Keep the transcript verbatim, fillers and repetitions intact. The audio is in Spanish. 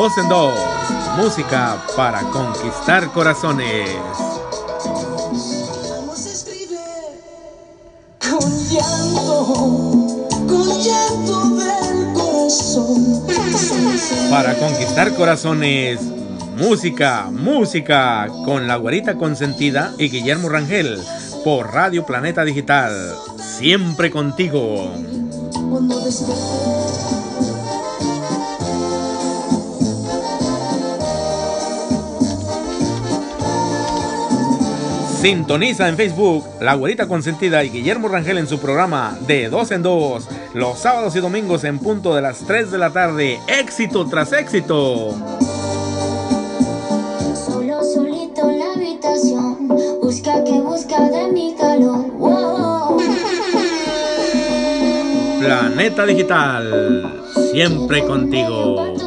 dos en dos. Música para conquistar corazones. Con llanto, con llanto del corazón. Para conquistar corazones, música, música, con la güerita consentida y Guillermo Rangel, por Radio Planeta Digital, siempre contigo. Sintoniza en Facebook La Güerita Consentida y Guillermo Rangel en su programa De Dos en Dos, los sábados y domingos en punto de las tres de la tarde. Éxito tras éxito. Solo, solito en la habitación, busca que busca de mi calor. Wow. Planeta Digital, siempre contigo.